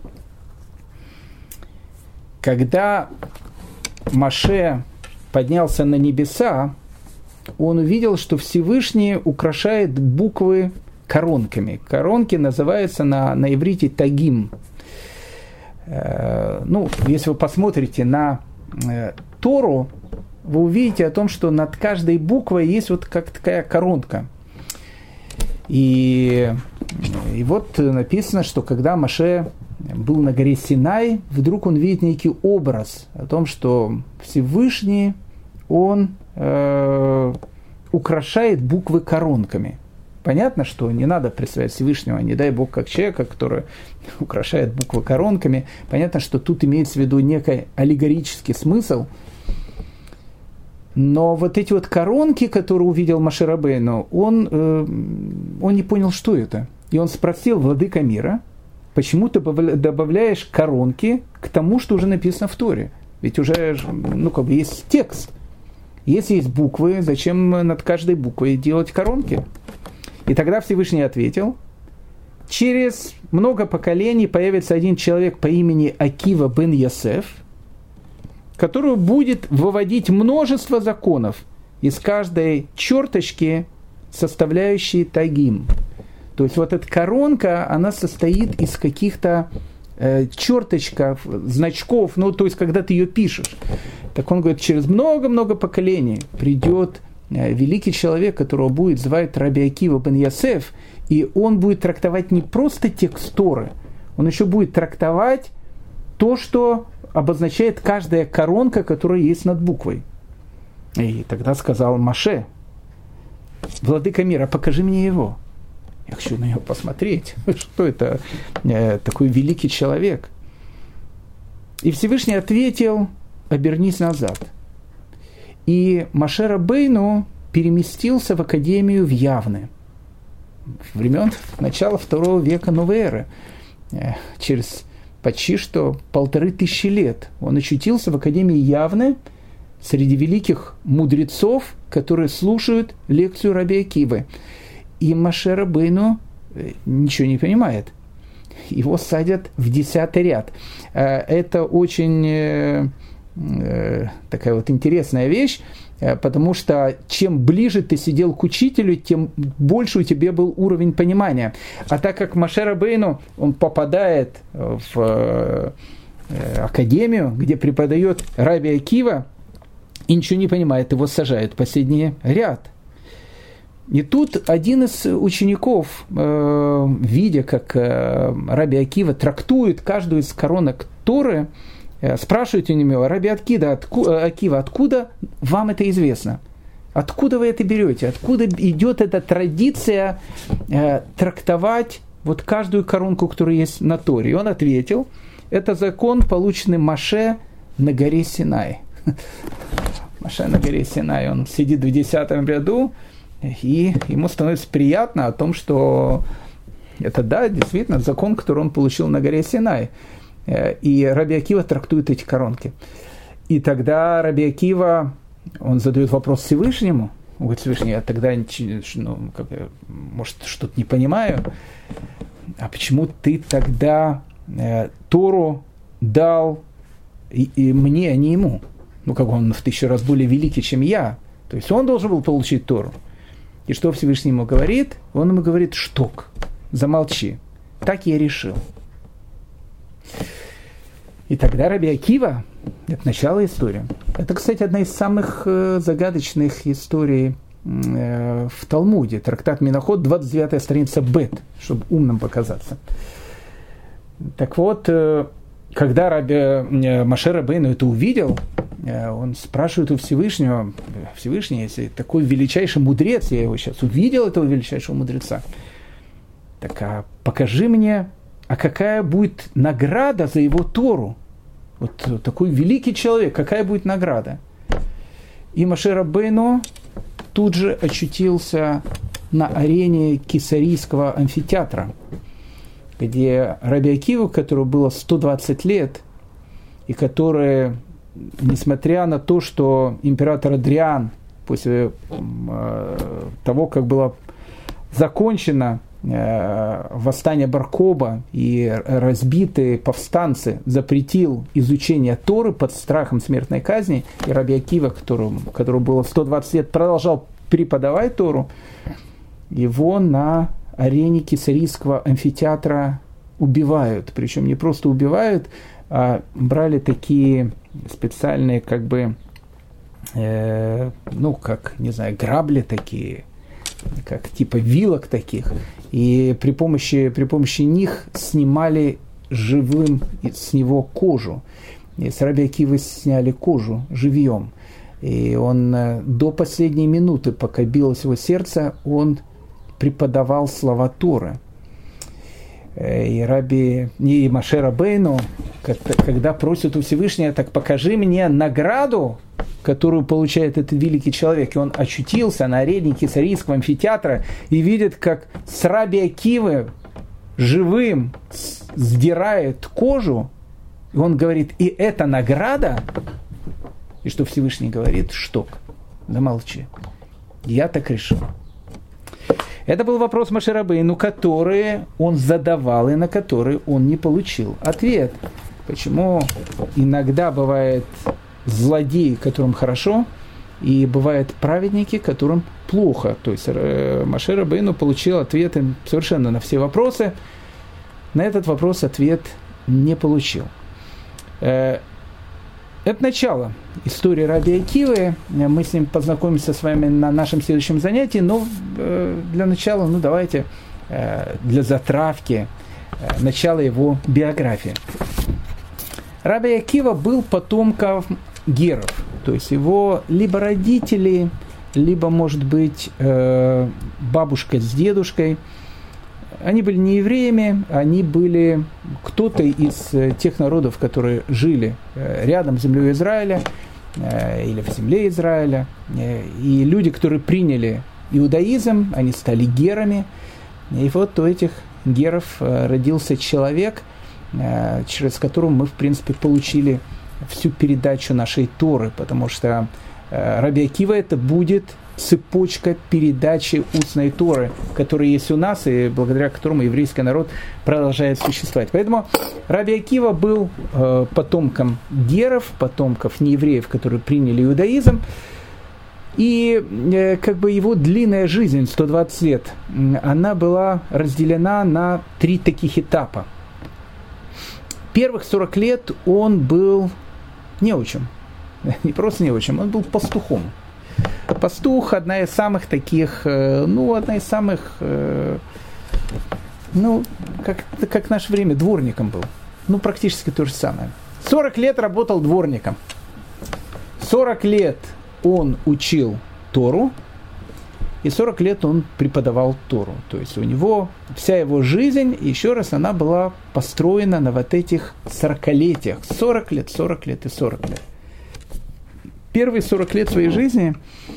когда Моше поднялся на небеса, он увидел, что Всевышний украшает буквы коронками. Коронки называются на, на иврите тагим. Ну, если вы посмотрите на Тору, вы увидите о том, что над каждой буквой есть вот как такая коронка. И, и вот написано, что когда Моше был на горе Синай, вдруг он видит некий образ о том, что Всевышний, он э, украшает буквы коронками. Понятно, что не надо представлять Всевышнего, не дай Бог, как человека, который украшает буквы коронками. Понятно, что тут имеется в виду некий аллегорический смысл. Но вот эти вот коронки, которые увидел Моше Рабейну, он, э, он не понял, что это. И он спросил: владыка мира, почему ты добавляешь коронки к тому, что уже написано в Торе? Ведь уже, ну, как бы есть текст. Если есть буквы, зачем над каждой буквой делать коронки? И тогда Всевышний ответил: через много поколений появится один человек по имени Акива бен Йосеф, который будет выводить множество законов из каждой черточки, составляющей тагим. То есть вот эта коронка, она состоит из каких-то э, черточка, значков, ну, то есть, когда ты ее пишешь. Так он говорит, через много-много поколений придет э, великий человек, которого будет звать Раби Акива бен Йосеф, и он будет трактовать не просто текст Торы, он еще будет трактовать то, что обозначает каждая коронка, которая есть над буквой. И тогда сказал Моше: владыка мира, покажи мне его. Я хочу на него посмотреть. Что это э, такой великий человек? И Всевышний ответил: обернись назад. И Моше Рабейну переместился в академию в Явны. Времен начала второго века новой эры. Э, через почти что полторы тысячи лет он очутился в академии Явны среди великих мудрецов, которые слушают лекцию Раби Акивы. И Моше Рабейну ничего не понимает. Его садят в десятый ряд. Это очень такая вот интересная вещь, потому что чем ближе ты сидел к учителю, тем больше у тебя был уровень понимания. А так как Моше Рабейну, он попадает в академию, где преподает Раби Акива, и ничего не понимает, его сажают в последний ряд. И тут один из учеников, э, видя, как э, Раби Акива трактует каждую из коронок Торы, э, спрашивает у него: Раби Акива, отку, Акива, откуда вам это известно? Откуда вы это берете? Откуда идет эта традиция э, трактовать вот каждую коронку, которая есть на Торе? И он ответил: это закон, полученный Моше на горе Синай. Моше на горе Синай, он сидит в десятом ряду, и ему становится приятно о том, что это, да, действительно, закон, который он получил на горе Синай. И Раби Акива трактует эти коронки. И тогда Раби Акива, он задает вопрос Всевышнему. Он говорит: Всевышний, я тогда, ну, как, может, что-то не понимаю. А почему ты тогда э, Тору дал и, и мне, а не ему? Ну, как он в тысячу раз более великий, чем я. То есть он должен был получить Тору. И что Всевышний ему говорит? Он ему говорит: шток, замолчи. Так я решил. И тогда Раби Акива, это начало истории. Это, кстати, одна из самых э, загадочных историй э, в Талмуде. Трактат Миноход, двадцать девятая страница Бет, чтобы умным показаться. Так вот, э, когда Раби, э, Моше Рабейну это увидел, он спрашивает у Всевышнего: Всевышний, если такой величайший мудрец, я его сейчас увидел, этого величайшего мудреца, так а покажи мне, а какая будет награда за его Тору? Вот такой великий человек, какая будет награда? И Моше Рабейну тут же очутился на арене Кесарийского амфитеатра, где Раби Акиву, которому было сто двадцать лет, и который, несмотря на то, что император Адриан, после э, того, как было закончено э, восстание Бар-Коба и разбитые повстанцы, запретил изучение Торы под страхом смертной казни, и Раби Акива, которому, которому было сто двадцать лет, продолжал преподавать Тору, его на арене Кесарийского амфитеатра убивают. Причем не просто убивают, а брали такие специальные, как бы, э, ну, как, не знаю, грабли такие, как типа вилок таких, и при помощи, при помощи них снимали живым с него кожу. И с Раби Акивы сняли кожу живьем. И он э, до последней минуты, пока билось его сердце, он преподавал слова Торы. И Раби, и Моше Рабейну, когда просят у Всевышнего: так покажи мне награду, которую получает этот великий человек. И он очутился на арене Кесарийского амфитеатра и видит, как с Раби Акивы живым сдирает кожу. И он говорит: и это награда? И что Всевышний говорит: шток, замолчи. Я так решил. Это был вопрос Моше Рабейну, который он задавал и на который он не получил ответ. Почему иногда бывает злодеи, которым хорошо, и бывают праведники, которым плохо. То есть Моше Рабейну получил ответы совершенно на все вопросы. На этот вопрос ответ не получил. Это начало истории Раби Акивы. Мы с ним познакомимся с вами на нашем следующем занятии, но для начала, ну давайте, для затравки, начало его биографии. Раби Акива был потомком геров, то есть его либо родители, либо, может быть, бабушка с дедушкой, они были не евреями, они были кто-то из тех народов, которые жили рядом с землей Израиля или в земле Израиля. И люди, которые приняли иудаизм, они стали герами. И вот у этих геров родился человек, через которого мы, в принципе, получили всю передачу нашей Торы, потому что Раби Акива это будет цепочка передачи устной Торы, которая есть у нас и благодаря которому еврейский народ продолжает существовать. Поэтому Раби Акива был э, потомком геров, потомков неевреев, которые приняли иудаизм. И э, как бы его длинная жизнь, сто двадцать лет, она была разделена на три таких этапа. Первых сорок лет он был неучим. Не просто неучим, он был пастухом. Пастух, одна из самых таких, ну, одна из самых, ну, как, как в наше время, дворником был. Ну, практически то же самое. сорок лет работал дворником. сорок лет он учил Тору, и сорок лет он преподавал Тору. То есть у него вся его жизнь, еще раз, она была построена на вот этих сорокалетиях. сорок лет, сорок лет и сорок лет. Первые сорок лет своей жизни,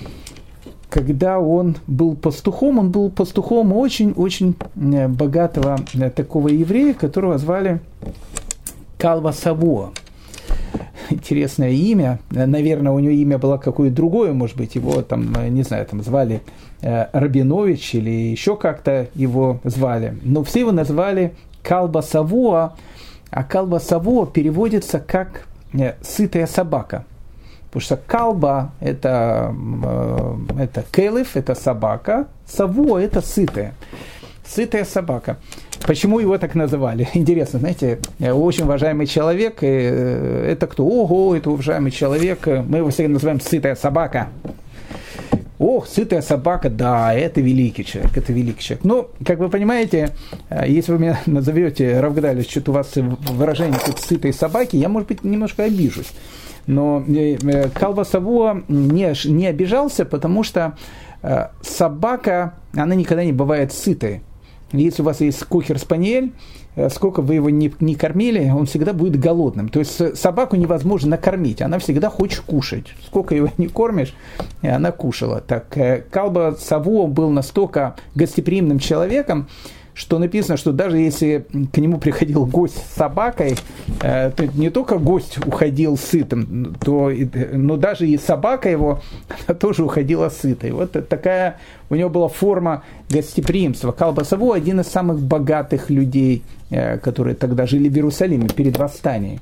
когда он был пастухом, он был пастухом очень-очень богатого такого еврея, которого звали Калва Савуа. Интересное имя. Наверное, у него имя было какое-то другое, может быть, его там, не знаю, там звали Рабинович или еще как-то его звали. Но все его назвали Калва Савуа, а Калва Савуа переводится как «сытая собака». Потому что калба – это, это келев, это собака, савуа – это сытая. Сытая собака. Почему его так называли? Интересно, знаете, очень уважаемый человек, это кто? Ого, это уважаемый человек, мы его всегда называем сытая собака. Ох, сытая собака, да, это великий человек, это великий человек. Ну, как вы понимаете, если вы меня назовете, Рав Гдалич, что-то у вас выражение как сытой собаки, я, может быть, немножко обижусь. Но Калва Савуа не, не обижался, потому что собака, она никогда не бывает сытой. Если у вас есть кохер-спаниель, сколько вы его не, не кормили, он всегда будет голодным. То есть собаку невозможно накормить, она всегда хочет кушать. Сколько его не кормишь, она кушала. Так, Калва Савуа был настолько гостеприимным человеком, что написано, что даже если к нему приходил гость с собакой, то не только гость уходил сытым, то, но даже и собака его тоже уходила сытой. Вот такая у него была форма гостеприимства. Калва Савуа – один из самых богатых людей, которые тогда жили в Иерусалиме перед восстанием.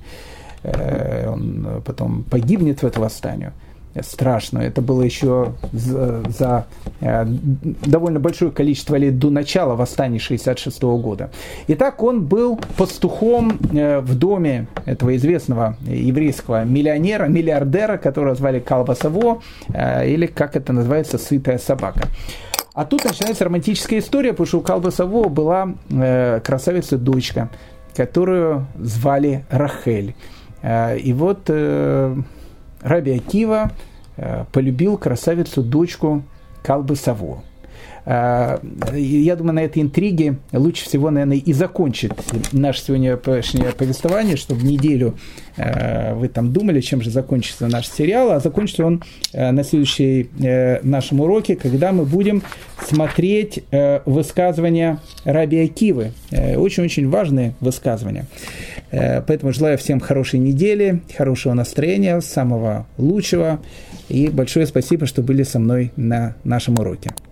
Он потом погибнет в это восстание. Страшно. Это было еще за, за э, довольно большое количество лет до начала восстания шестьдесят шестого года. Итак, он был пастухом э, в доме этого известного еврейского миллионера, миллиардера, которого звали Калва Савуа, э, или, как это называется, сытая собака. А тут начинается романтическая история, потому что у Калвы Савуа была э, красавица-дочка, которую звали Рахель. Э, и вот... Э, Раби Акива э, полюбил красавицу-дочку Калвы Савуа. Э, я думаю, на этой интриге лучше всего, наверное, и закончить наше сегодняшнее повествование, чтобы неделю э, вы там думали, чем же закончится наш сериал, а закончится он э, на следующем э, нашем уроке, когда мы будем смотреть э, высказывания Раби Акивы. Э, очень-очень важные высказывания. Поэтому желаю всем хорошей недели, хорошего настроения, самого лучшего. И большое спасибо, что были со мной на нашем уроке.